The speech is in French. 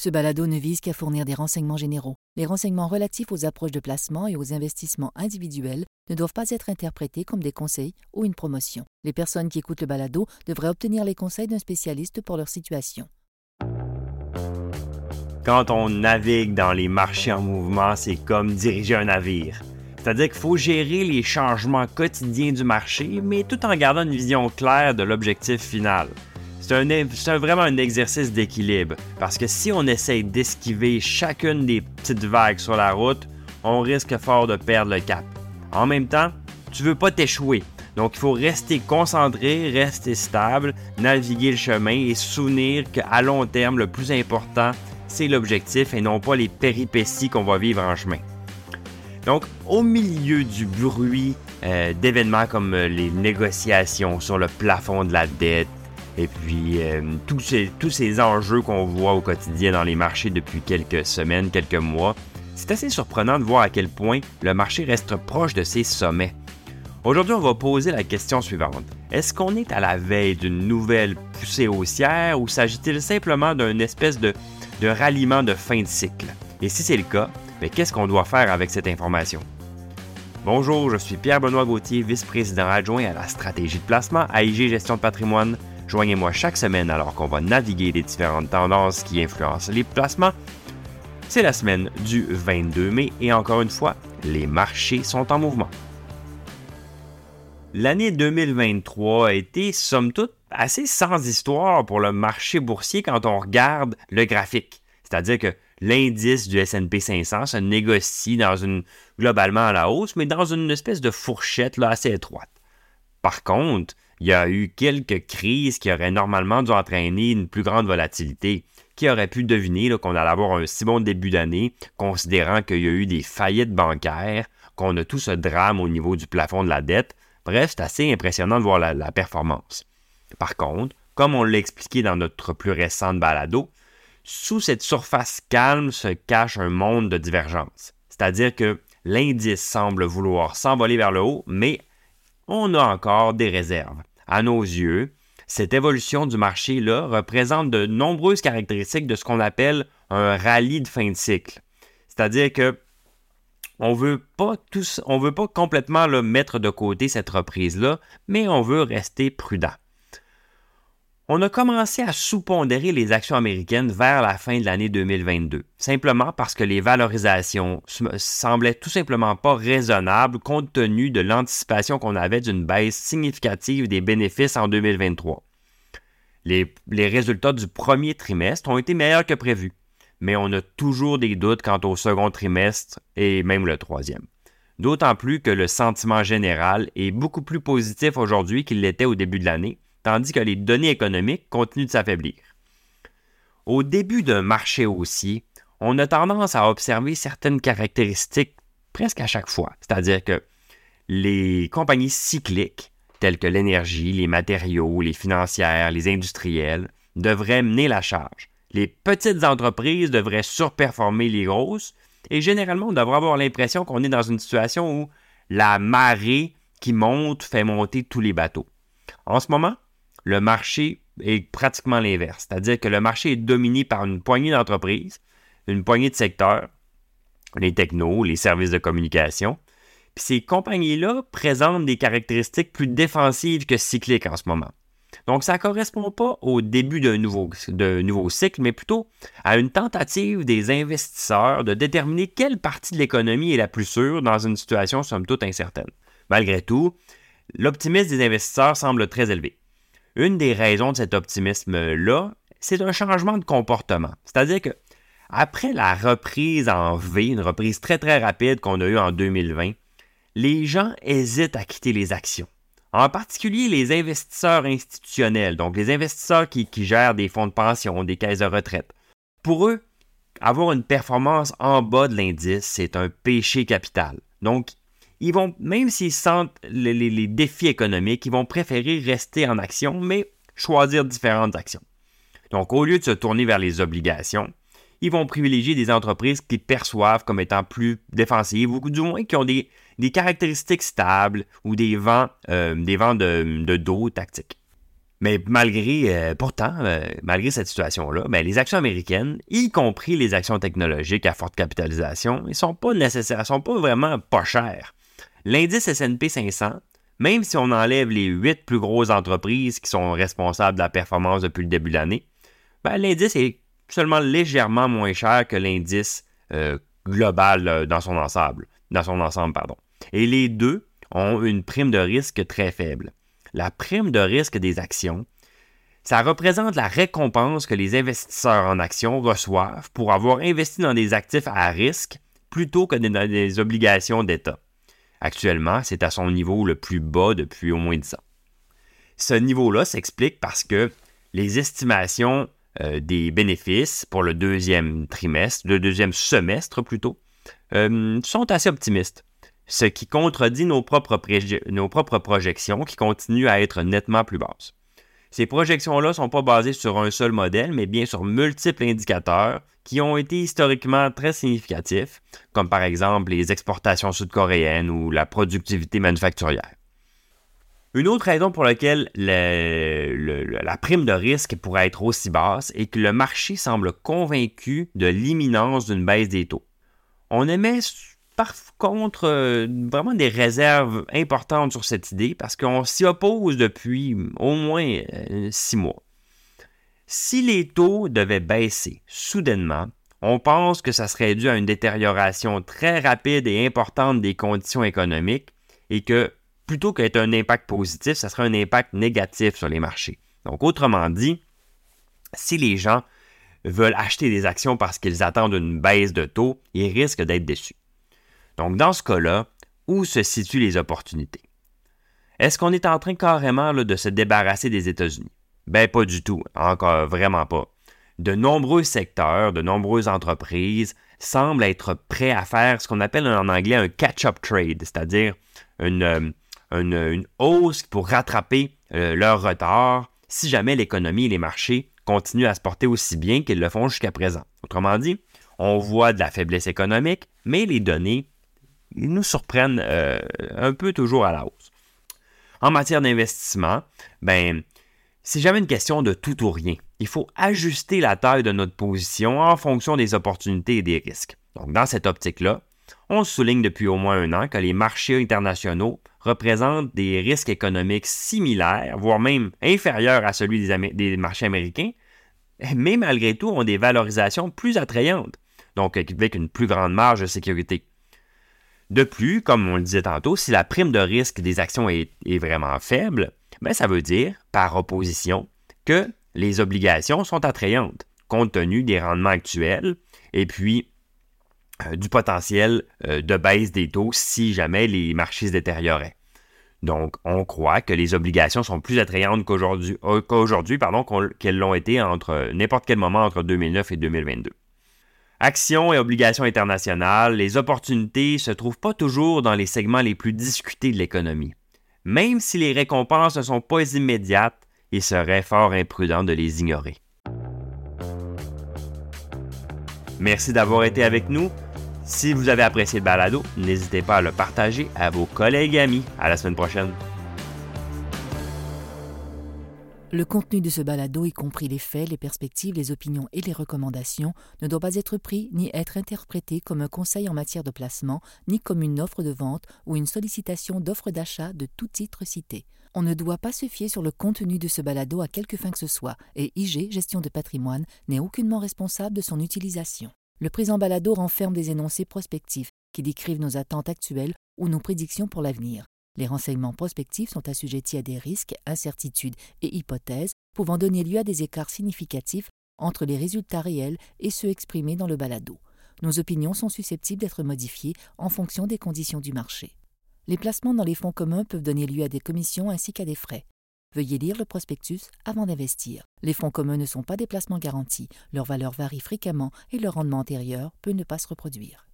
Ce balado ne vise qu'à fournir des renseignements généraux. Les renseignements relatifs aux approches de placement et aux investissements individuels ne doivent pas être interprétés comme des conseils ou une promotion. Les personnes qui écoutent le balado devraient obtenir les conseils d'un spécialiste pour leur situation. Quand on navigue dans les marchés en mouvement, c'est comme diriger un navire. C'est-à-dire qu'il faut gérer les changements quotidiens du marché, mais tout en gardant une vision claire de l'objectif final. C'est vraiment un exercice d'équilibre, parce que si on essaye d'esquiver chacune des petites vagues sur la route, on risque fort de perdre le cap. En même temps, tu veux pas t'échouer, donc il faut rester concentré, rester stable, naviguer le chemin et se souvenir qu'à long terme, le plus important, c'est l'objectif et non pas les péripéties qu'on va vivre en chemin. Donc, au milieu du bruit d'événements comme les négociations sur le plafond de la dette, et puis tous ces enjeux qu'on voit au quotidien dans les marchés depuis quelques semaines, quelques mois, c'est assez surprenant de voir à quel point le marché reste proche de ses sommets. Aujourd'hui, on va poser la question suivante. Est-ce qu'on est à la veille d'une nouvelle poussée haussière ou s'agit-il simplement d'une espèce de ralliement de fin de cycle? Et si c'est le cas, qu'est-ce qu'on doit faire avec cette information? Bonjour, je suis Pierre-Benoît Gauthier, vice-président adjoint à la stratégie de placement à IG Gestion de patrimoine. Joignez-moi chaque semaine alors qu'on va naviguer les différentes tendances qui influencent les placements. C'est la semaine du 22 mai et encore une fois, les marchés sont en mouvement. L'année 2023 a été, somme toute, assez sans histoire pour le marché boursier quand on regarde le graphique. C'est-à-dire que l'indice du S&P 500 se négocie globalement à la hausse, mais dans une espèce de fourchette là, assez étroite. Par contre, il y a eu quelques crises qui auraient normalement dû entraîner une plus grande volatilité. Qui aurait pu deviner qu'on allait avoir un si bon début d'année, considérant qu'il y a eu des faillites bancaires, qu'on a tout ce drame au niveau du plafond de la dette. Bref, c'est assez impressionnant de voir la performance. Par contre, comme on l'a expliqué dans notre plus récente balado, sous cette surface calme se cache un monde de divergence. C'est-à-dire que l'indice semble vouloir s'envoler vers le haut, mais on a encore des réserves. À nos yeux, cette évolution du marché-là représente de nombreuses caractéristiques de ce qu'on appelle un rallye de fin de cycle. C'est-à-dire que on veut pas complètement mettre de côté cette reprise-là, mais on veut rester prudent. On a commencé à sous-pondérer les actions américaines vers la fin de l'année 2022, simplement parce que les valorisations semblaient tout simplement pas raisonnables compte tenu de l'anticipation qu'on avait d'une baisse significative des bénéfices en 2023. Les résultats du premier trimestre ont été meilleurs que prévu, mais on a toujours des doutes quant au second trimestre et même le troisième. D'autant plus que le sentiment général est beaucoup plus positif aujourd'hui qu'il l'était au début de l'année, tandis que les données économiques continuent de s'affaiblir. Au début d'un marché haussier, on a tendance à observer certaines caractéristiques presque à chaque fois, c'est-à-dire que les compagnies cycliques, telles que l'énergie, les matériaux, les financières, les industriels, devraient mener la charge. Les petites entreprises devraient surperformer les grosses et généralement, on devrait avoir l'impression qu'on est dans une situation où la marée qui monte fait monter tous les bateaux. En ce moment, le marché est pratiquement l'inverse, c'est-à-dire que le marché est dominé par une poignée d'entreprises, une poignée de secteurs, les technos, les services de communication. Puis ces compagnies-là présentent des caractéristiques plus défensives que cycliques en ce moment. Donc, ça ne correspond pas au début d'un nouveau cycle, mais plutôt à une tentative des investisseurs de déterminer quelle partie de l'économie est la plus sûre dans une situation somme toute incertaine. Malgré tout, l'optimisme des investisseurs semble très élevé. Une des raisons de cet optimisme-là, c'est un changement de comportement. C'est-à-dire que après la reprise en V, une reprise très très rapide qu'on a eue en 2020, les gens hésitent à quitter les actions. En particulier les investisseurs institutionnels, donc les investisseurs qui gèrent des fonds de pension, des caisses de retraite. Pour eux, avoir une performance en bas de l'indice, c'est un péché capital. Donc, ils vont, même s'ils sentent les défis économiques, ils vont préférer rester en action, mais choisir différentes actions. Donc, au lieu de se tourner vers les obligations, ils vont privilégier des entreprises qu'ils perçoivent comme étant plus défensives ou du moins qui ont des caractéristiques stables ou des vents de dos tactiques. Mais pourtant, malgré cette situation-là, les actions américaines, y compris les actions technologiques à forte capitalisation, ils ne sont pas nécessaires, sont pas vraiment pas chères. L'indice S&P 500, même si on enlève les 8 plus grosses entreprises qui sont responsables de la performance depuis le début de l'année, l'indice est seulement légèrement moins cher que l'indice global dans son ensemble. Et les deux ont une prime de risque très faible. La prime de risque des actions, ça représente la récompense que les investisseurs en actions reçoivent pour avoir investi dans des actifs à risque plutôt que dans des obligations d'État. Actuellement, c'est à son niveau le plus bas depuis au moins 10 ans. Ce niveau-là s'explique parce que les estimations des bénéfices pour le deuxième semestre plutôt, sont assez optimistes. Ce qui contredit nos propres projections qui continuent à être nettement plus basses. Ces projections-là ne sont pas basées sur un seul modèle, mais bien sur multiples indicateurs qui ont été historiquement très significatifs, comme par exemple les exportations sud-coréennes ou la productivité manufacturière. Une autre raison pour laquelle la prime de risque pourrait être aussi basse est que le marché semble convaincu de l'imminence d'une baisse des taux. On émet par contre vraiment des réserves importantes sur cette idée parce qu'on s'y oppose depuis au moins 6 mois. Si les taux devaient baisser soudainement, on pense que ça serait dû à une détérioration très rapide et importante des conditions économiques et que plutôt qu'être un impact positif, ça serait un impact négatif sur les marchés. Donc autrement dit, si les gens veulent acheter des actions parce qu'ils attendent une baisse de taux, ils risquent d'être déçus. Donc, dans ce cas-là, où se situent les opportunités? Est-ce qu'on est en train carrément de se débarrasser des États-Unis? Pas du tout, encore vraiment pas. De nombreux secteurs, de nombreuses entreprises semblent être prêts à faire ce qu'on appelle en anglais un catch-up trade, c'est-à-dire une hausse pour rattraper leur retard si jamais l'économie et les marchés continuent à se porter aussi bien qu'ils le font jusqu'à présent. Autrement dit, on voit de la faiblesse économique, mais les données ils nous surprennent un peu toujours à la hausse. En matière d'investissement, c'est jamais une question de tout ou rien. Il faut ajuster la taille de notre position en fonction des opportunités et des risques. Donc, dans cette optique-là, on souligne depuis au moins 1 an que les marchés internationaux représentent des risques économiques similaires, voire même inférieurs à celui des marchés américains, mais malgré tout ont des valorisations plus attrayantes, donc avec une plus grande marge de sécurité. De plus, comme on le disait tantôt, si la prime de risque des actions est vraiment faible, ça veut dire, par opposition, que les obligations sont attrayantes, compte tenu des rendements actuels et puis du potentiel de baisse des taux si jamais les marchés se détérioraient. Donc, on croit que les obligations sont plus attrayantes qu'aujourd'hui, qu'elles l'ont été entre n'importe quel moment entre 2009 et 2022. Actions et obligations internationales, les opportunités ne se trouvent pas toujours dans les segments les plus discutés de l'économie. Même si les récompenses ne sont pas immédiates, il serait fort imprudent de les ignorer. Merci d'avoir été avec nous. Si vous avez apprécié le balado, n'hésitez pas à le partager à vos collègues et amis. À la semaine prochaine. Le contenu de ce balado, y compris les faits, les perspectives, les opinions et les recommandations, ne doit pas être pris ni être interprété comme un conseil en matière de placement, ni comme une offre de vente ou une sollicitation d'offre d'achat de tout titre cité. On ne doit pas se fier sur le contenu de ce balado à quelque fin que ce soit, et IG Gestion de patrimoine n'est aucunement responsable de son utilisation. Le présent balado renferme des énoncés prospectifs qui décrivent nos attentes actuelles ou nos prédictions pour l'avenir. Les renseignements prospectifs sont assujettis à des risques, incertitudes et hypothèses pouvant donner lieu à des écarts significatifs entre les résultats réels et ceux exprimés dans le balado. Nos opinions sont susceptibles d'être modifiées en fonction des conditions du marché. Les placements dans les fonds communs peuvent donner lieu à des commissions ainsi qu'à des frais. Veuillez lire le prospectus avant d'investir. Les fonds communs ne sont pas des placements garantis, leur valeur varie fréquemment et leur rendement antérieur peut ne pas se reproduire.